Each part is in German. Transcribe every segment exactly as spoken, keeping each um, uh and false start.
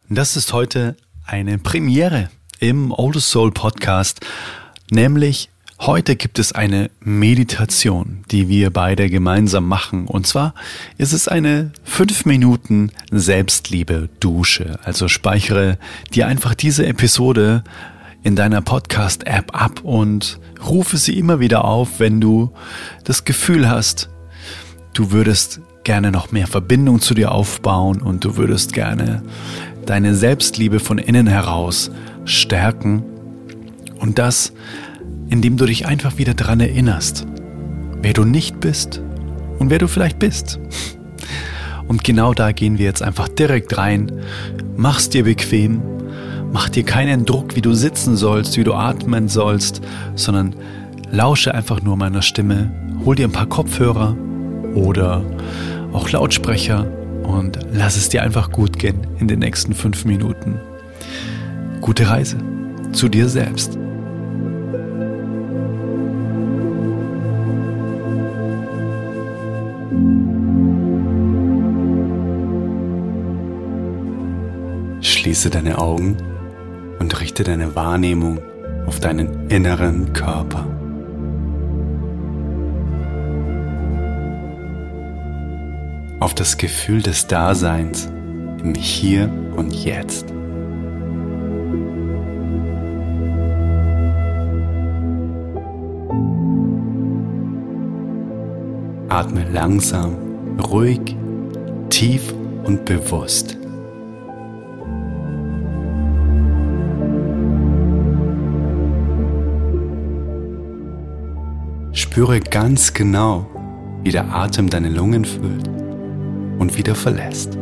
Das ist heute eine Premiere im Oldest Soul Podcast, nämlich heute gibt es eine Meditation, die wir beide gemeinsam machen. Und zwar ist es eine fünf Minuten Selbstliebe-Dusche. Also speichere dir einfach diese Episode in deiner Podcast-App ab und rufe sie immer wieder auf, wenn du das Gefühl hast, du würdest gerne noch mehr Verbindung zu dir aufbauen und du würdest gerne deine Selbstliebe von innen heraus stärken. Und das, indem du dich einfach wieder daran erinnerst, wer du nicht bist und wer du vielleicht bist. Und genau da gehen wir jetzt einfach direkt rein. Mach's dir bequem, mach dir keinen Druck, wie du sitzen sollst, wie du atmen sollst, sondern lausche einfach nur meiner Stimme. Hol dir ein paar Kopfhörer oder auch Lautsprecher und lass es dir einfach gut gehen in den nächsten fünf Minuten. Gute Reise zu dir selbst. Schließe deine Augen und richte deine Wahrnehmung auf deinen inneren Körper. Auf das Gefühl des Daseins im Hier und Jetzt. Atme langsam, ruhig, tief und bewusst. Spüre ganz genau, wie der Atem deine Lungen füllt und wieder verlässt.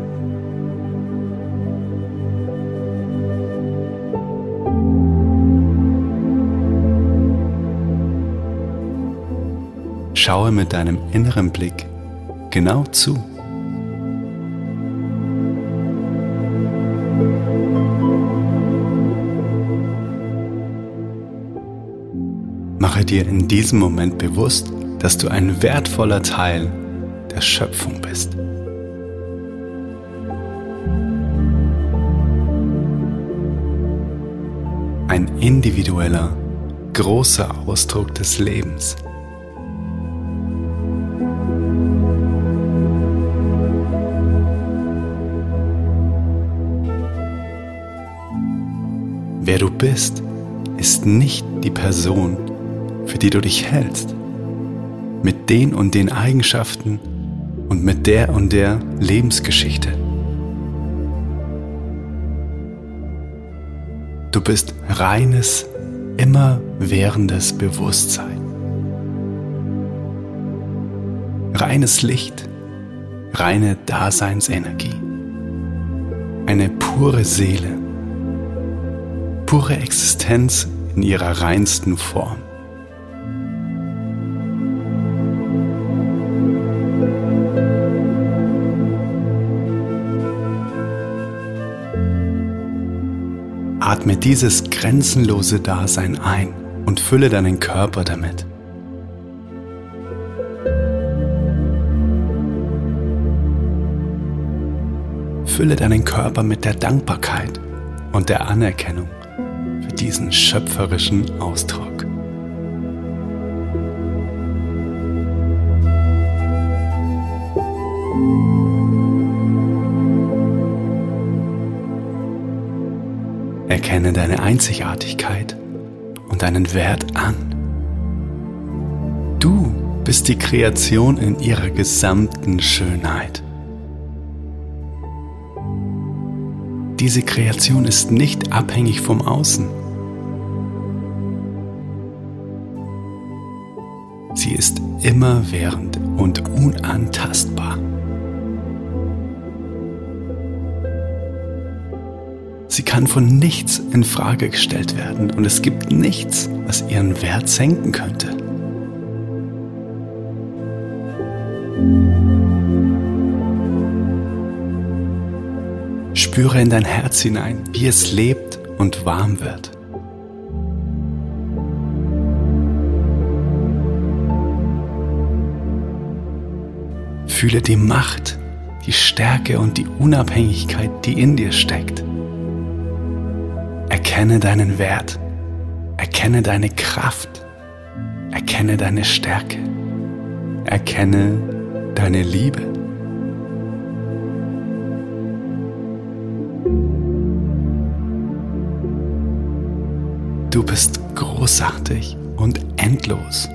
Schaue mit deinem inneren Blick genau zu. Mache dir in diesem Moment bewusst, dass du ein wertvoller Teil der Schöpfung bist. Ein individueller, großer Ausdruck des Lebens. Wer du bist, ist nicht die Person, für die du dich hältst, mit den und den Eigenschaften und mit der und der Lebensgeschichte. Du bist reines, immerwährendes Bewusstsein. Reines Licht, reine Daseinsenergie. Eine pure Seele, pure Existenz in ihrer reinsten Form. Atme dieses grenzenlose Dasein ein und fülle deinen Körper damit. Fülle deinen Körper mit der Dankbarkeit und der Anerkennung für diesen schöpferischen Ausdruck. Erkenne deine Einzigartigkeit und deinen Wert an. Du bist die Kreation in ihrer gesamten Schönheit. Diese Kreation ist nicht abhängig vom Außen. Sie ist immerwährend und unantastbar. Sie kann von nichts in Frage gestellt werden und es gibt nichts, was ihren Wert senken könnte. Spüre in dein Herz hinein, wie es lebt und warm wird. Fühle die Macht, die Stärke und die Unabhängigkeit, die in dir steckt. Erkenne deinen Wert. Erkenne deine Kraft. Erkenne deine Stärke. Erkenne deine Liebe. Du bist großartig und endlos.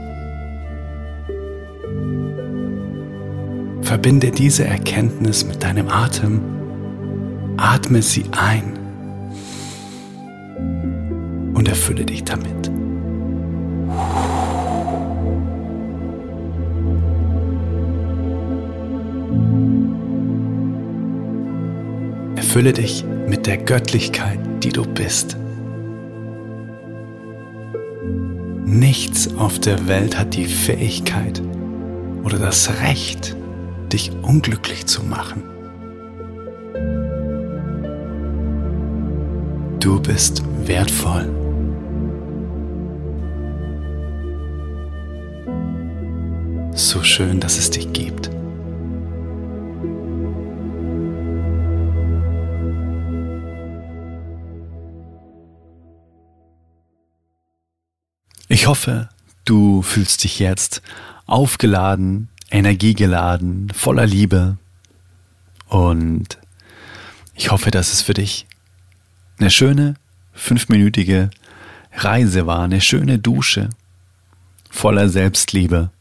Verbinde diese Erkenntnis mit deinem Atem. Atme sie ein und erfülle dich damit. Erfülle dich mit der Göttlichkeit, die du bist. Nichts auf der Welt hat die Fähigkeit oder das Recht, dich unglücklich zu machen. Du bist wertvoll. So schön, dass es dich gibt. Ich hoffe, du fühlst dich jetzt aufgeladen, energiegeladen, voller Liebe und ich hoffe, dass es für dich eine schöne, fünfminütige Reise war, eine schöne Dusche voller Selbstliebe.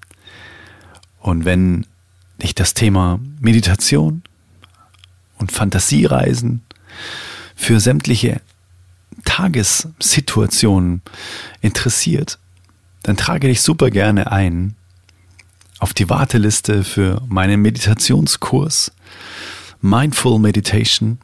Und wenn dich das Thema Meditation und Fantasiereisen für sämtliche Tagessituationen interessiert, dann trage dich super gerne ein auf die Warteliste für meinen Meditationskurs Mindful Meditation.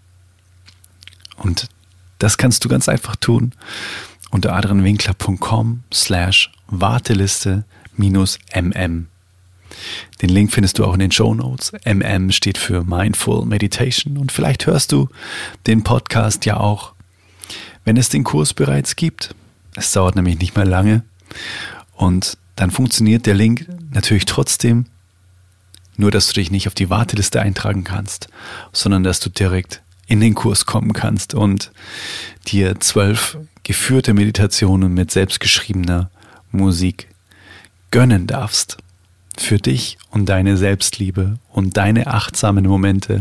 Und das kannst du ganz einfach tun unter adrianwinkler punkt com slash Warteliste minus mm. Den Link findest du auch in den Shownotes. M M steht für Mindful Meditation und vielleicht hörst du den Podcast ja auch, wenn es den Kurs bereits gibt. Es dauert nämlich nicht mehr lange und dann funktioniert der Link natürlich trotzdem, nur dass du dich nicht auf die Warteliste eintragen kannst, sondern dass du direkt in den Kurs kommen kannst und dir zwölf geführte Meditationen mit selbstgeschriebener Musik gönnen darfst. Für dich und deine Selbstliebe und deine achtsamen Momente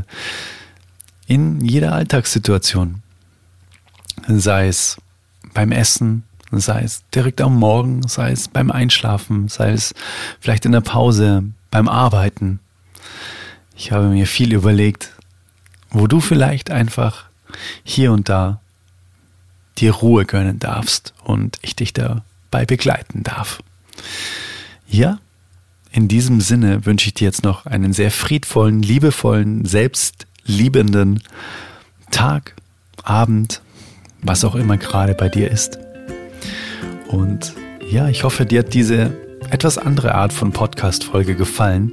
in jeder Alltagssituation. Sei es beim Essen, sei es direkt am Morgen, sei es beim Einschlafen, sei es vielleicht in der Pause, beim Arbeiten. Ich habe mir viel überlegt, wo du vielleicht einfach hier und da dir Ruhe gönnen darfst und ich dich dabei begleiten darf. Ja, in diesem Sinne wünsche ich dir jetzt noch einen sehr friedvollen, liebevollen, selbstliebenden Tag, Abend, was auch immer gerade bei dir ist. Und ja, ich hoffe, dir hat diese etwas andere Art von Podcast-Folge gefallen.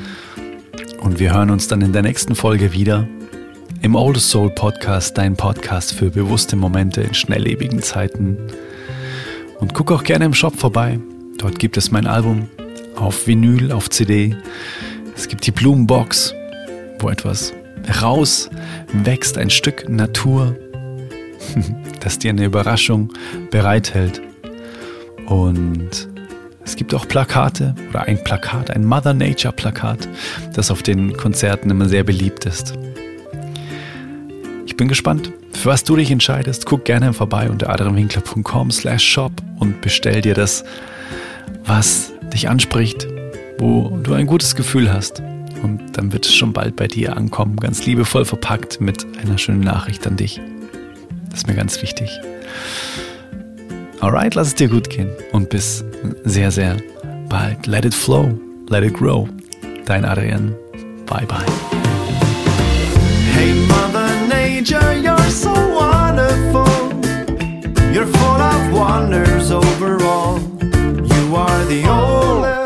Und wir hören uns dann in der nächsten Folge wieder im Oldest Soul Podcast, dein Podcast für bewusste Momente in schnelllebigen Zeiten. Und guck auch gerne im Shop vorbei. Dort gibt es mein Album auf Vinyl, auf C D. Es gibt die Blumenbox, wo etwas rauswächst, ein Stück Natur, das dir eine Überraschung bereithält. Und es gibt auch Plakate oder ein Plakat, ein Mother Nature Plakat, das auf den Konzerten immer sehr beliebt ist. Ich bin gespannt, für was du dich entscheidest. Guck gerne vorbei unter adrianwinkler punkt com slash shop und bestell dir das, was dich anspricht, wo du ein gutes Gefühl hast. Und dann wird es schon bald bei dir ankommen, ganz liebevoll verpackt mit einer schönen Nachricht an dich. Das ist mir ganz wichtig. Alright, lass es dir gut gehen und bis sehr, sehr bald. Let it flow, let it grow. Dein Adrian. Bye, bye. Hey Mother Nature, you're so wonderful. You're full of wonders overall. You are the oldest